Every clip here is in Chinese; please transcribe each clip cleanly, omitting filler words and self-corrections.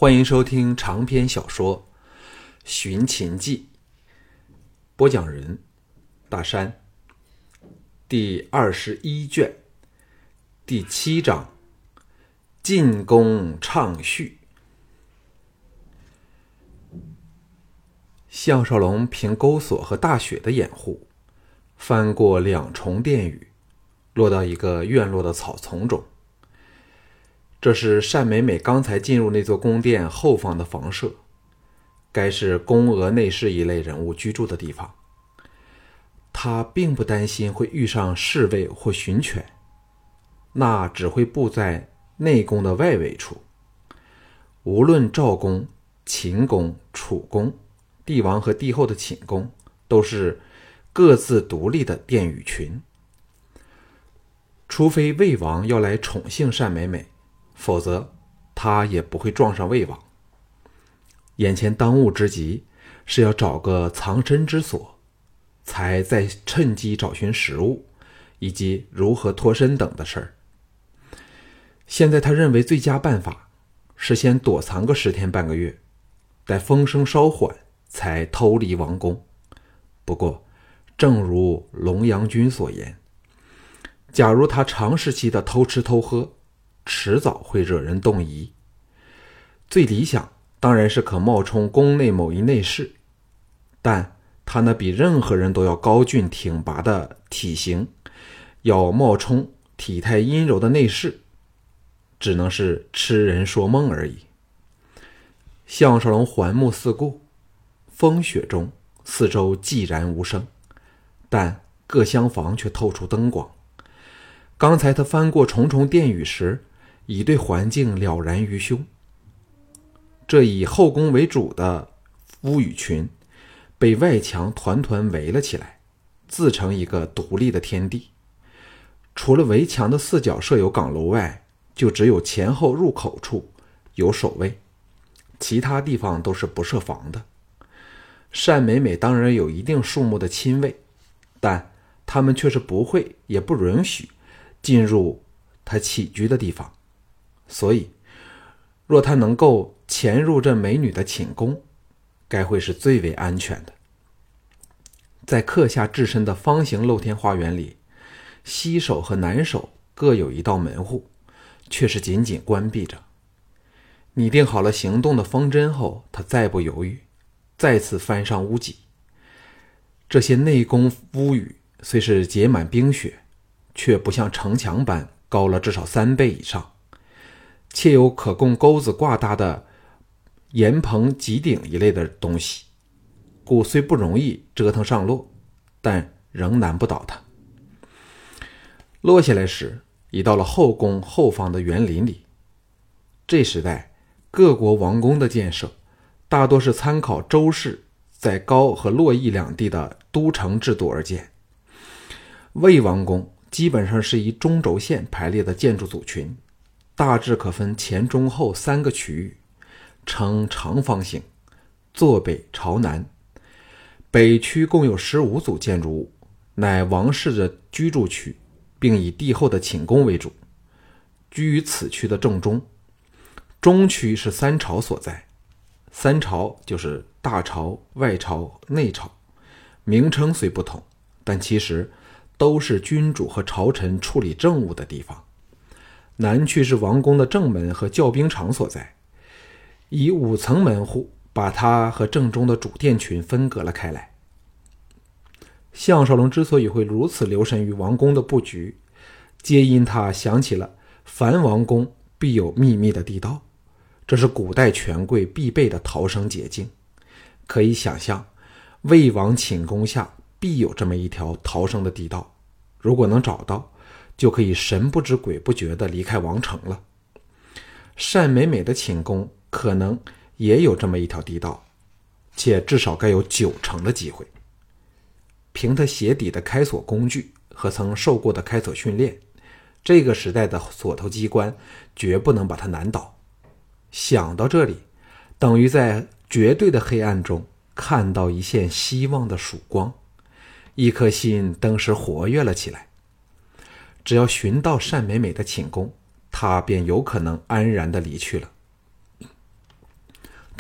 欢迎收听长篇小说《寻秦记》，播讲人大山，第21卷，第7章，进宫畅叙。项少龙凭钩索和大雪的掩护，翻过2重殿宇，落到一个院落的草丛中。这是单美美刚才进入那座宫殿后方的房舍，该是宫娥内侍一类人物居住的地方。她并不担心会遇上侍卫或巡犬，那只会布在内宫的外围处。无论赵宫、秦宫、楚宫、帝王和帝后的寝宫，都是各自独立的殿宇群。除非魏王要来宠幸单美美，否则他也不会撞上魏王。眼前当务之急是要找个藏身之所，才再趁机找寻食物以及如何脱身等的事儿。现在他认为最佳办法是先躲藏个10天半个月，待风声稍缓才偷离王宫。不过正如龙阳君所言，假如他长时期的偷吃偷喝，迟早会惹人动疑。最理想当然是可冒充宫内某一内侍，但他那比任何人都要高峻挺拔的体型，要冒充体态阴柔的内侍，只能是痴人说梦而已。项少龙环目四顾，风雪中四周寂然无声，但各厢房却透出灯光。刚才他翻过重重殿宇时，已对环境了然于胸。这以后宫为主的屋宇群被外墙团团围了起来，自成一个独立的天地。除了围墙的4角设有岗楼外，就只有前后入口处有守卫，其他地方都是不设防的。单美美当然有一定数目的亲卫，但他们却是不会也不允许进入她起居的地方。所以若他能够潜入这美女的寝宫，该会是最为安全的。在刻下置身的方形露天花园里，西首和南首各有一道门户，却是紧紧关闭着。拟定好了行动的方针后，他再不犹豫，再次翻上屋脊。这些内宫屋宇虽是结满冰雪，却不像城墙般高了至少3倍以上，且有可供钩子挂搭的檐棚脊顶一类的东西，故虽不容易折腾上落，但仍难不倒它。落下来时，已到了后宫后方的园林里。这时代各国王宫的建设大多是参考周氏在高和洛邑两地的都城制度而建。魏王宫基本上是以中轴线排列的建筑组群，大致可分前中后3个区域，呈长方形，坐北朝南。北区共有15组建筑物，乃王室的居住区，并以帝后的寝宫为主，居于此区的正中。中区是3朝所在，3朝就是大朝、外朝、内朝，名称虽不同，但其实都是君主和朝臣处理政务的地方。南区是王宫的正门和教兵场所在，以5层门户把它和正中的主殿群分隔了开来。项少龙之所以会如此留神于王宫的布局，皆因他想起了凡王宫必有秘密的地道，这是古代权贵必备的逃生捷径。可以想象，魏王寝宫下必有这么一条逃生的地道，如果能找到，就可以神不知鬼不觉地离开王城了。单美美的寝宫可能也有这么一条地道，且至少该有9成的机会。凭他鞋底的开锁工具和曾受过的开锁训练，这个时代的锁头机关绝不能把他难倒。想到这里，等于在绝对的黑暗中看到一线希望的曙光，一颗心登时活跃了起来。只要寻到单美美的寝宫，他便有可能安然地离去了。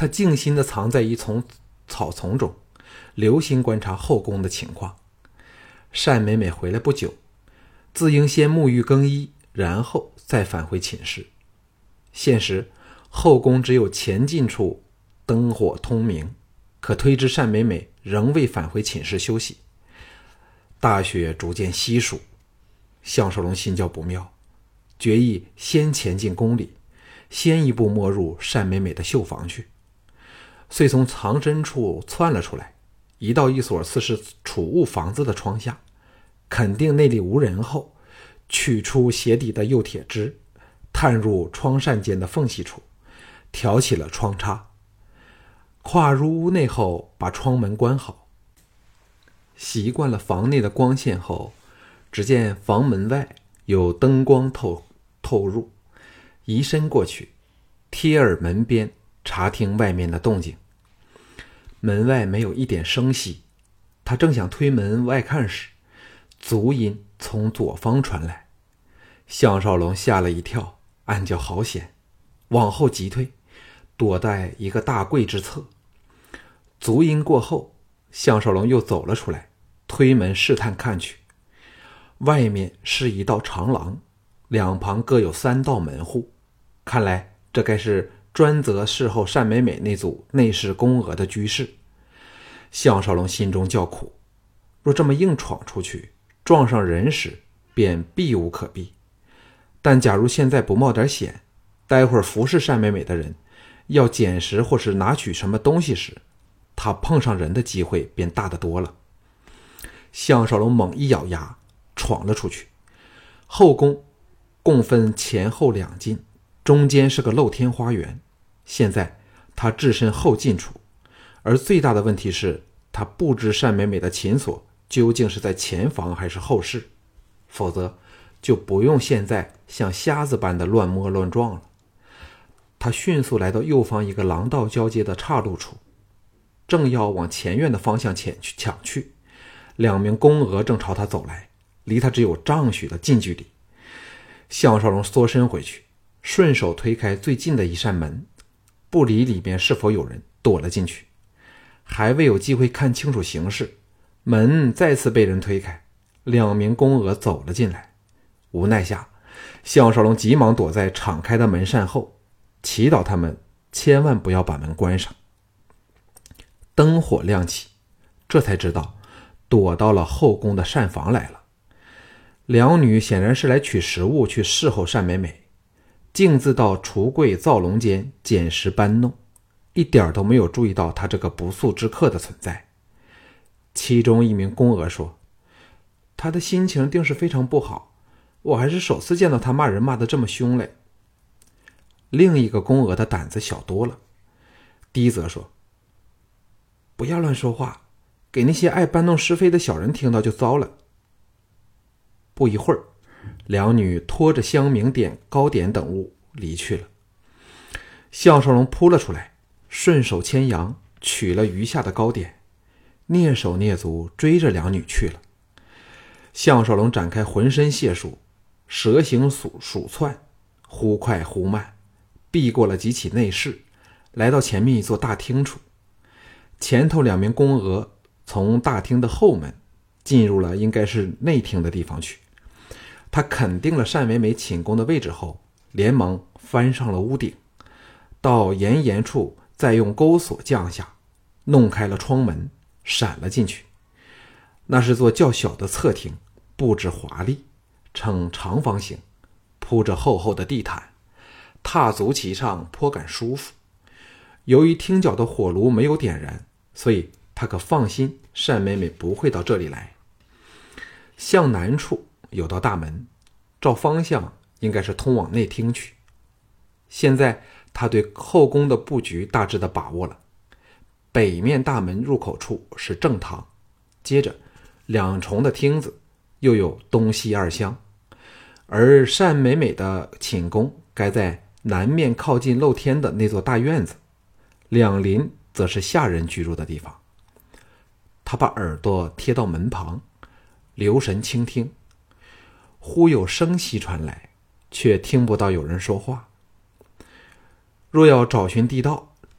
他静心地藏在一丛草丛中，留心观察后宫的情况。单美美回来不久，自应先沐浴更衣，然后再返回寝室。现时后宫只有前进处灯火通明，可推知单美美仍未返回寝室休息。大雪逐渐稀疏，项少龙心叫不妙，决意先前进宫里，先一步没入单美美的绣房去。遂从藏身处窜了出来，移到一所似是储物房子的窗下，肯定内里无人后，取出鞋底的釉铁枝，探入窗扇间的缝隙处，挑起了窗插。跨入屋内后，把窗门关好。习惯了房内的光线后，只见房门外有灯光透入，移身过去，贴耳门边查听外面的动静。门外没有一点声息，他正想推门外看时，足音从左方传来。项少龙吓了一跳，暗叫好险，往后急退，躲在一个大柜之侧。足音过后，项少龙又走了出来，推门试探看去。外面是一道长廊，两旁各有3道门户，看来这该是专责侍候单美美那组内侍宫娥的居室。项少龙心中叫苦，若这么硬闯出去，撞上人时便避无可避。但假如现在不冒点险，待会儿服侍单美美的人要捡拾或是拿取什么东西时，他碰上人的机会便大得多了。项少龙猛一咬牙，闯了出去。后宫共分前后2进，中间是个露天花园。现在他置身后进处，而最大的问题是他不知单美美的寝所究竟是在前房还是后室，否则就不用现在像瞎子般的乱摸乱撞了。他迅速来到右方一个廊道交接的岔路处，正要往前院的方向抢去，2名宫娥正朝他走来，离他只有丈许的近距离。项少龙缩身回去，顺手推开最近的一扇门，不理里面是否有人，躲了进去。还未有机会看清楚形势，门再次被人推开，2名宫娥走了进来。无奈下，项少龙急忙躲在敞开的门扇后，祈祷他们千万不要把门关上。灯火亮起，这才知道躲到了后宫的膳房来了。2女显然是来取食物去侍候单美美，径自到橱柜灶笼间捡拾搬弄，一点都没有注意到他这个不速之客的存在。其中一名宫娥说，他的心情定是非常不好，我还是首次见到他骂人骂得这么凶嘞。另一个宫娥的胆子小多了，低则说，不要乱说话，给那些爱搬弄是非的小人听到就糟了。不一会儿，2女拖着香茗点糕点等物离去了。项少龙扑了出来，顺手牵羊取了余下的糕点，蹑手蹑足追着2女去了。项少龙展开浑身解数，蛇形鼠窜，忽快忽慢，避过了几起内室，来到前面一座大厅处。前头2名宫娥从大厅的后门进入了应该是内厅的地方去。他肯定了单美美寝宫的位置后，连忙翻上了屋顶，到檐沿处再用钩索降下，弄开了窗门，闪了进去。那是座较小的侧厅，布置华丽，呈长方形，铺着厚厚的地毯，踏足其上颇感舒服。由于厅角的火炉没有点燃，所以他可放心单美美不会到这里来。向南处有道大门，照方向应该是通往内厅去。现在他对后宫的布局大致的把握了。北面大门入口处是正堂，接着2重的厅子，又有东西2厢，而单美美的寝宫该在南面靠近露天的那座大院子，两邻则是下人居住的地方。他把耳朵贴到门旁，留神倾听，忽有声息传来，却听不到有人说话。若要找寻地道，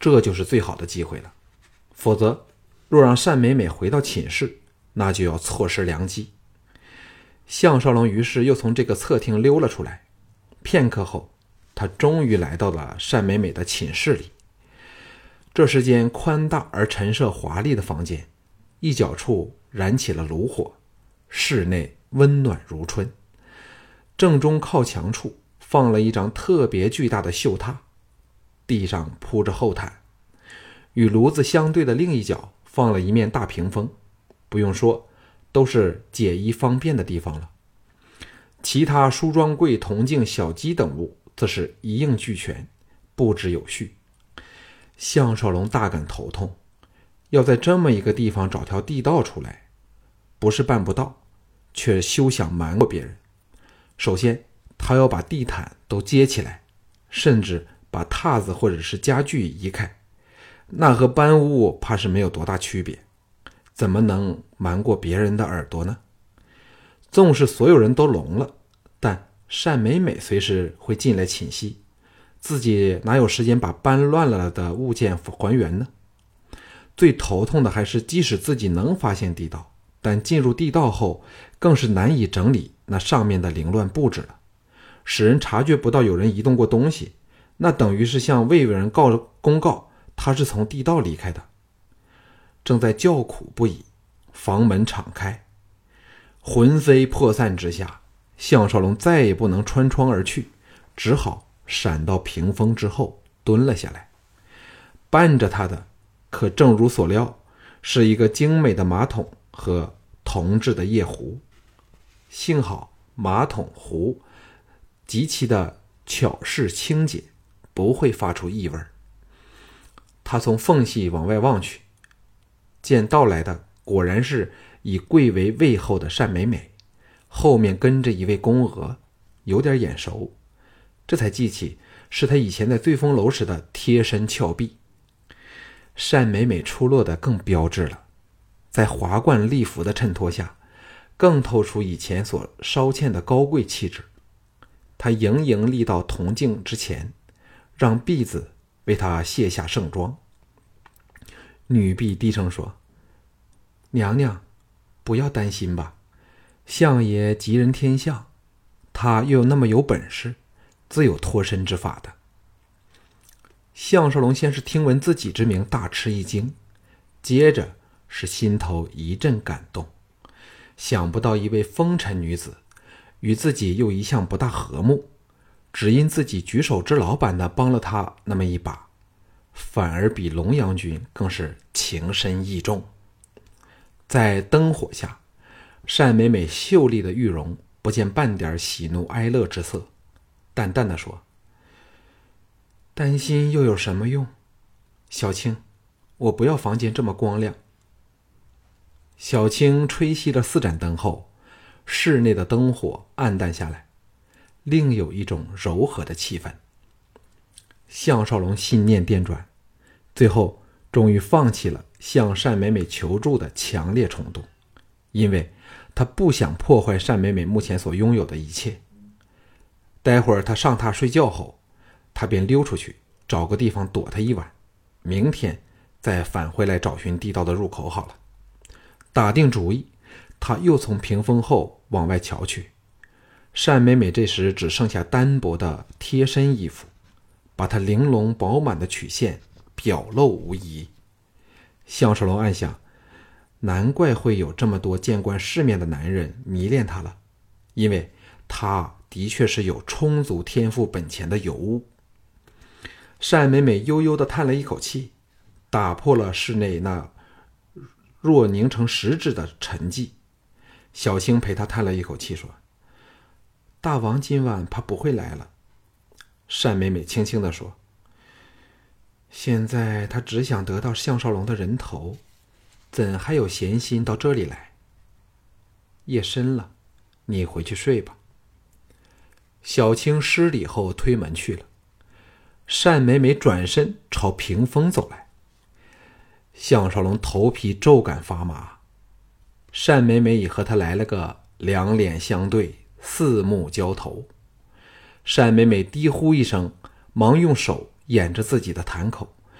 这就是最好的机会了。否则，若让单美美回到寝室，那就要错失良机。项少龙于是又从这个侧厅溜了出来。片刻后，他终于来到了单美美的寝室里。这是间宽大而陈设华丽的房间，一角处燃起了炉火，室内温暖如春。正中靠墙处放了一张特别巨大的绣榻，地上铺着厚毯。与炉子相对的另一角放了一面大屏风，不用说，都是解衣方便的地方了。其他梳妆柜、铜镜、小鸡等物则是一应俱全，布置有序。项少龙大感头痛，要在这么一个地方找条地道出来，不是办不到，却休想瞒过别人。首先，他要把地毯都揭起来，甚至把榻子或者是家具移开，那和搬屋怕是没有多大区别，怎么能瞒过别人的耳朵呢？纵使所有人都聋了，但单美美随时会进来寝息，自己哪有时间把搬乱了的物件还原呢？最头痛的还是，即使自己能发现地道，但进入地道后更是难以整理那上面的凌乱布置了，使人察觉不到有人移动过东西，那等于是向未人公告他是从地道离开的。正在叫苦不已，房门敞开，魂飞魄散之下，项少龙再也不能穿窗而去，只好闪到屏风之后蹲了下来。伴着他的可正如所料，是一个精美的马桶和铜制的夜壶。幸好马桶壶极其的巧饰清洁，不会发出异味。他从缝隙往外望去，见到来的果然是以贵为位后的单美美，后面跟着一位宫娥，有点眼熟，这才记起是他以前在醉风楼时的贴身峭壁。单美美出落得更标致了，在华冠丽服的衬托下，更透出以前所稍欠的高贵气质。她盈盈立到铜镜之前，让婢子为她卸下盛装。女婢低声说：“娘娘，不要担心吧，相爷吉人天相，他又那么有本事，自有脱身之法的。”项少龙先是听闻自己之名大吃一惊，接着是心头一阵感动，想不到一位风尘女子与自己又一向不大和睦，只因自己举手之劳般的帮了他那么一把，反而比龙阳君更是情深意重。在灯火下，单美美秀丽的玉容不见半点喜怒哀乐之色，淡淡的说：“担心又有什么用？小青，我不要房间这么光亮。”小青吹熄了4盏灯后，室内的灯火暗淡下来，另有一种柔和的气氛。项少龙心念电转，最后终于放弃了向单美美求助的强烈冲动，因为他不想破坏单美美目前所拥有的一切。待会儿他上榻睡觉后，他便溜出去找个地方躲他一晚，明天再返回来找寻地道的入口好了。打定主意，他又从屏风后往外瞧去。单美美这时只剩下单薄的贴身衣服，把她玲珑饱满的曲线表露无遗。项少龙暗想，难怪会有这么多见惯世面的男人迷恋她了，因为她的确是有充足天赋本钱的尤物。单美美悠悠地叹了一口气，打破了室内那若凝成实质的沉寂。小青陪她叹了一口气说：“大王今晚怕不会来了。”单美美轻轻地说：“现在他只想得到项少龙的人头，怎还有闲心到这里来？夜深了，你回去睡吧。”小青施礼后推门去了。单美美转身朝屏风走来，项少龙头皮骤感发麻。单美美已和他来了个两脸相对，四目交投。单美美低呼一声，忙用手掩着自己的痰口，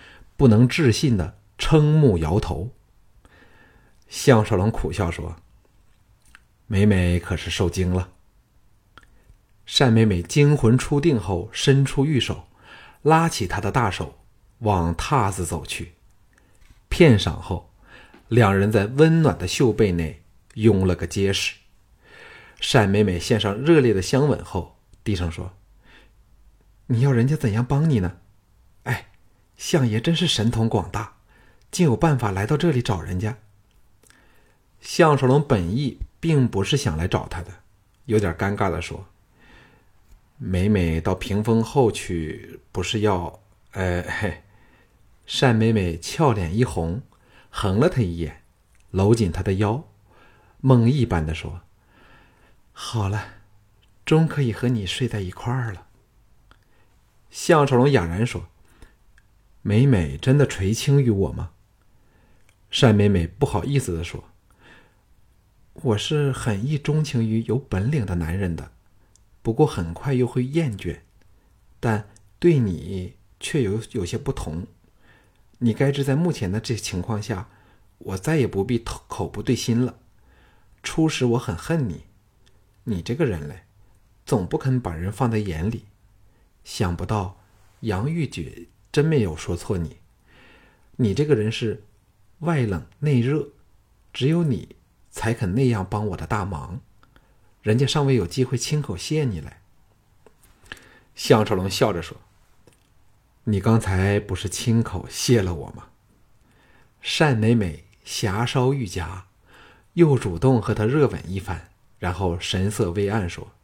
不能置信的瞠目摇头。项少龙苦笑说：“美美可是受惊了。”单美美惊魂初定后，伸出玉手，拉起他的大手，往榻子走去。片晌后，两人在温暖的袖背内拥了个结实。单美美献上热烈的相吻后，低声说：“你要人家怎样帮你呢？哎，相爷真是神通广大，竟有办法来到这里找人家。”项少龙本意并不是想来找他的，有点尴尬地说：“美美到屏风后去，不是要……嘿。”单美美俏脸一红，横了他一眼，搂紧他的腰，梦一般地说：“好了，终可以和你睡在一块儿了。”项少龙哑然说：“美美真的垂青于我吗？”单美美不好意思地说：“我是很易钟情于有本领的男人的，不过很快又会厌倦，但对你却有些不同。你该知在目前的这情况下，我再也不必口不对心了。初时我很恨你，你这个人嘞，总不肯把人放在眼里。想不到杨玉珏真没有说错你，你这个人是外冷内热，只有你才肯那样帮我的大忙，人家尚未有机会亲口谢你来。”项少龙笑着说：“你刚才不是亲口谢了我吗？”单美美霞烧玉颊，又主动和他热吻一番，然后神色微暗说：“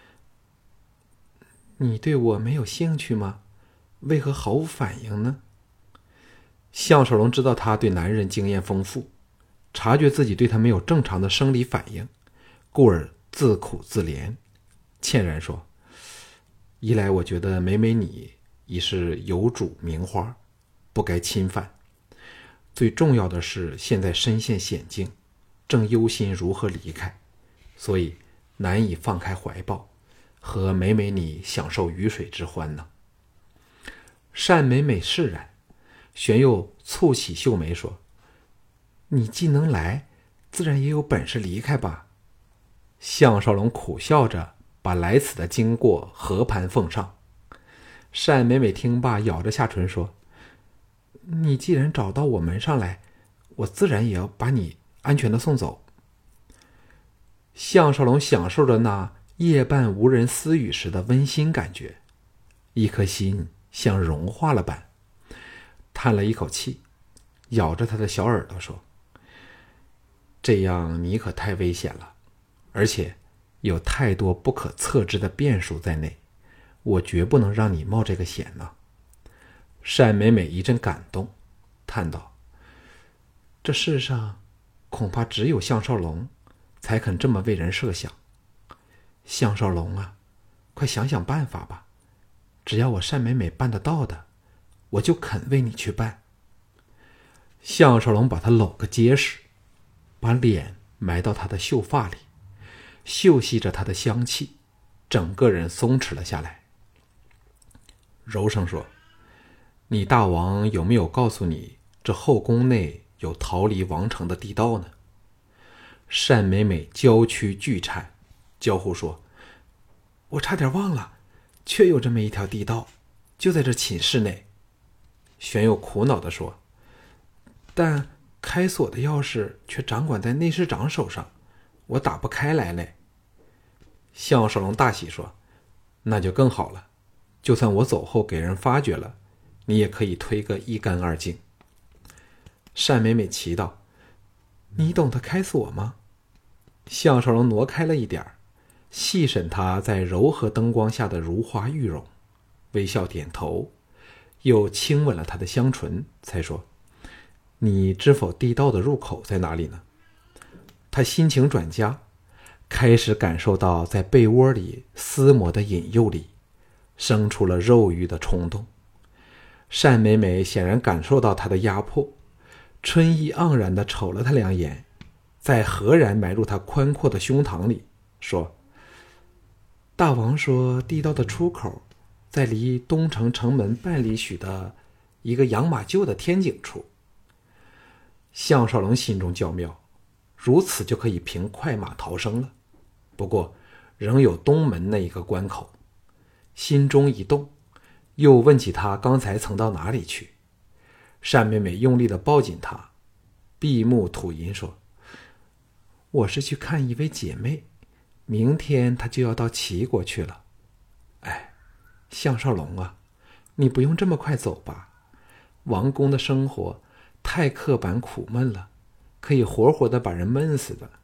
你对我没有兴趣吗？为何毫无反应呢？”项少龙知道他对男人经验丰富，察觉自己对他没有正常的生理反应，故而自苦自怜，歉然说：“一来我觉得美美你已是有主名花，不该侵犯。最重要的是现在身陷险境，正忧心如何离开，所以难以放开怀抱，和美美你享受鱼水之欢呢。”单美美释然，玄又蹙起秀眉说：“你既能来，自然也有本事离开吧。”项少龙苦笑着把来此的经过和盘奉上。单美美听罢，咬着下唇说：“你既然找到我门上来，我自然也要把你安全的送走。”项少龙享受着那夜半无人私语时的温馨感觉，一颗心像融化了般，叹了一口气，咬着他的小耳朵说：“这样你可太危险了，而且有太多不可测知的变数在内，我绝不能让你冒这个险呢。”单美美一阵感动，叹道：“这世上恐怕只有项少龙才肯这么为人设想。项少龙啊，快想想办法吧，只要我单美美办得到的，我就肯为你去办。”项少龙把她搂个结实，把脸埋到她的秀发里，嗅吸着她的香气，整个人松弛了下来，柔声说：“你大王有没有告诉你这后宫内有逃离王城的地道呢？”单美美娇躯巨颤，娇呼说：“我差点忘了，确有这么一条地道，就在这寝室内。”玄佑苦恼地说：“但开锁的钥匙却掌管在内侍长手上，我打不开来嘞。”项少龙大喜说：“那就更好了，就算我走后给人发觉了，你也可以推个一干二净。”单美美奇道：“你懂得开锁吗？”项少龙挪开了一点，细审她在柔和灯光下的如花玉容，微笑点头，又亲吻了她的香唇，才说：“你知否地道的入口在哪里呢？”他心情转佳，开始感受到在被窝里厮磨的引诱力，生出了肉欲的冲动。单美美显然感受到他的压迫，春意盎然地瞅了他两眼，再赫然埋入他宽阔的胸膛里，说：“大王说地道的出口在离东城城门半里许的一个养马厩的天井处。项少龙心中较妙，如此就可以凭快马逃生了。不过仍有东门那一个关口，心中一动，又问起他刚才曾到哪里去。单美美用力地抱紧他，闭目吐吟说：“我是去看一位姐妹，明天她就要到齐国去了。哎，项少龙啊，你不用这么快走吧，王宫的生活太刻板苦闷了，可以活活的把人闷死的。”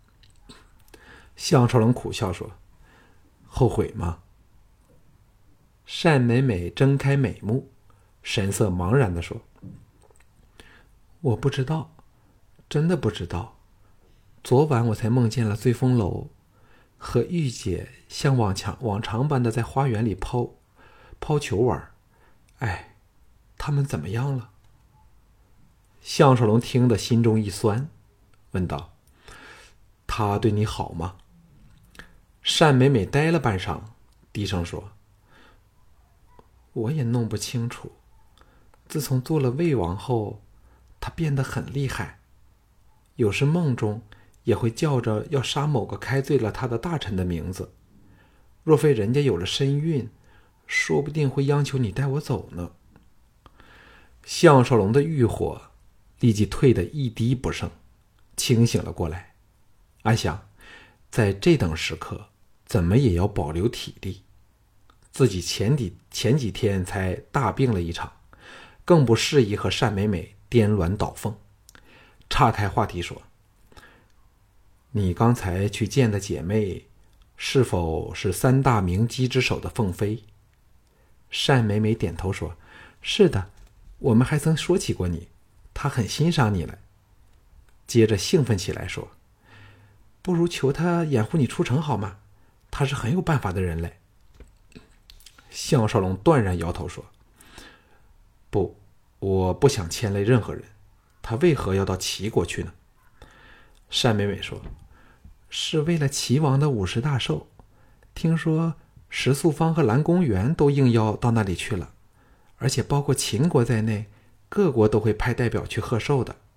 项少龙苦笑说：“后悔吗？”单美美睁开美目，神色茫然地说：“我不知道，真的不知道。昨晚我才梦见了醉风楼和玉姐像往常般的在花园里抛球玩。哎，他们怎么样了？”项少龙听得心中一酸，问道：“他对你好吗？”单美美呆了半晌，低声说：“我也弄不清楚。自从做了魏王后，他变得很厉害，有时梦中也会叫着要杀某个开罪了他的大臣的名字。若非人家有了身孕，说不定会央求你带我走呢。”项少龙的欲火立即退得一滴不剩，清醒了过来，暗想在这等时刻怎么也要保留体力，自己前几天才大病了一场，更不适宜和单美美颠鸾倒凤，岔开话题说：“你刚才去见的姐妹，是否是三大名姬之首的凤飞？”单美美点头说：“是的，我们还曾说起过你，她很欣赏你了。”接着兴奋起来说：“不如求她掩护你出城好吗？她是很有办法的人嘞。”项少龙断然摇头说：“不，我不想牵累任何人。他为何要到齐国去呢？”单美美说：“是为了齐王的50大寿，听说石素芳和蓝公园都应邀到那里去了，而且包括秦国在内，各国都会派代表去贺寿的。”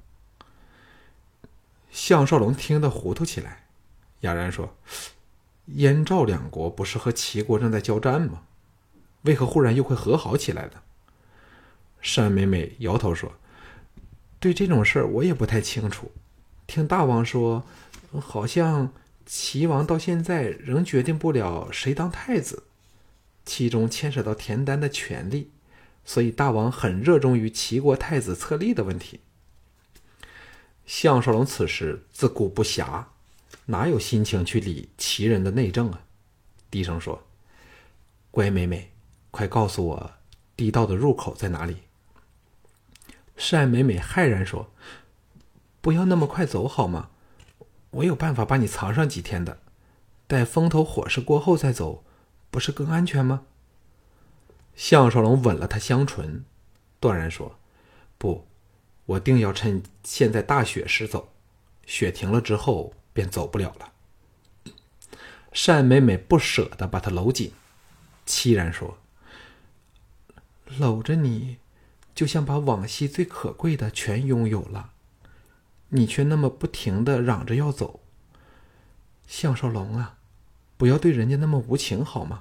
项少龙听得糊涂起来，哑然说：“燕赵两国不是和齐国正在交战吗？为何忽然又会和好起来呢？”单美美摇头说：“对这种事我也不太清楚，听大王说，好像齐王到现在仍决定不了谁当太子，其中牵扯到田丹的权力，所以大王很热衷于齐国太子册立的问题。”项少龙此时自顾不暇，哪有心情去理齐人的内政啊？低声说：“乖美美，快告诉我地道的入口在哪里？”单美美骇然说：“不要那么快走好吗？我有办法把你藏上几天的，待风头火势过后再走，不是更安全吗？”项少龙吻了她香唇，断然说：“不，我定要趁现在大雪时走，雪停了之后便走不了了。”单美美不舍得把他搂紧，凄然说：“搂着你就像把往昔最可贵的全拥有了，你却那么不停地嚷着要走。项少龙啊，不要对人家那么无情好吗？”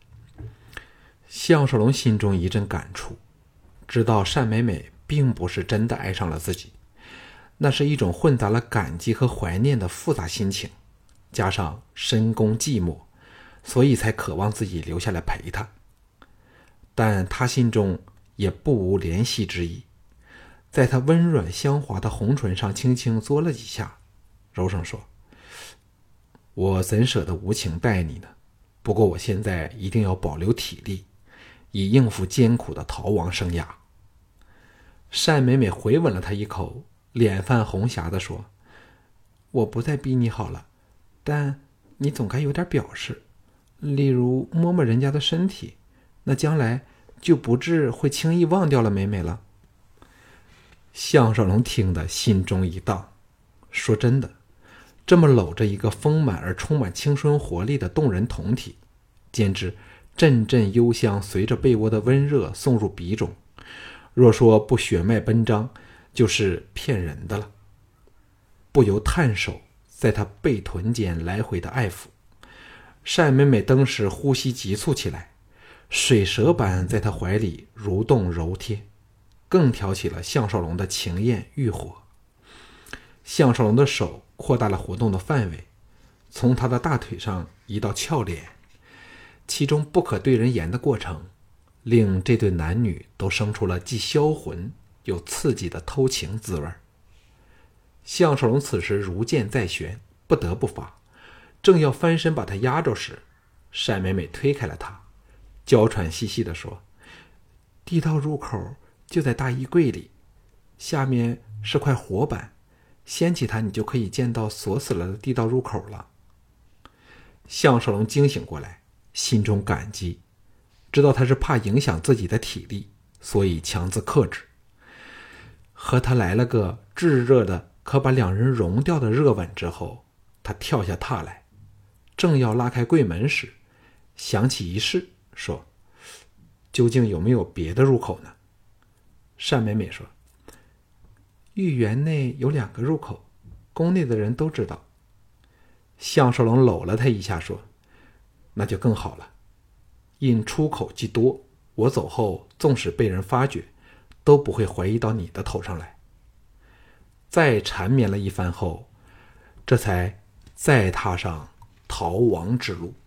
项少龙心中一阵感触，知道单美美并不是真的爱上了自己，那是一种混杂了感激和怀念的复杂心情，加上深宫寂寞，所以才渴望自己留下来陪她。但他心中也不无怜惜之意，在他温软香滑的红唇上轻轻嘬了几下，柔声说：“我怎舍得无情待你呢？不过我现在一定要保留体力，以应付艰苦的逃亡生涯。”单美美回吻了他一口，脸泛红霞地说：“我不再逼你好了，但你总该有点表示，例如摸摸人家的身体，那将来就不至会轻易忘掉了美美了。”项少龙听得心中一荡，说真的，这么搂着一个丰满而充满青春活力的动人酮体，简直阵阵幽香随着被窝的温热送入鼻中， 若说不血脉奔张，就是骗人的了。不由探手在他背臀间来回的爱抚。单美美登时呼吸急促起来，水蛇般在他怀里蠕动揉贴，更挑起了项少龙的情焰欲火。项少龙的手扩大了活动的范围，从他的大腿上移到俏脸，其中不可对人言的过程，令这对男女都生出了既销魂又刺激的偷情滋味。项少龙此时如箭在弦，不得不发，正要翻身把他压着时，单美美推开了他，娇喘兮兮地说：“地道入口就在大衣柜里，下面是块活板，掀起它你就可以见到锁死了的地道入口了。”项少龙惊醒过来，心中感激，知道他是怕影响自己的体力，所以强自克制。和他来了个炙热的可把两人融掉的热吻之后，他跳下榻来，正要拉开柜门时，想起一事，说：“究竟有没有别的入口呢？”单美美说：“御园内有2个入口，宫内的人都知道。”项少龙搂了他一下，说：“那就更好了，因出口既多，我走后纵使被人发觉，都不会怀疑到你的头上来。”再缠绵了一番后，这才再踏上逃亡之路。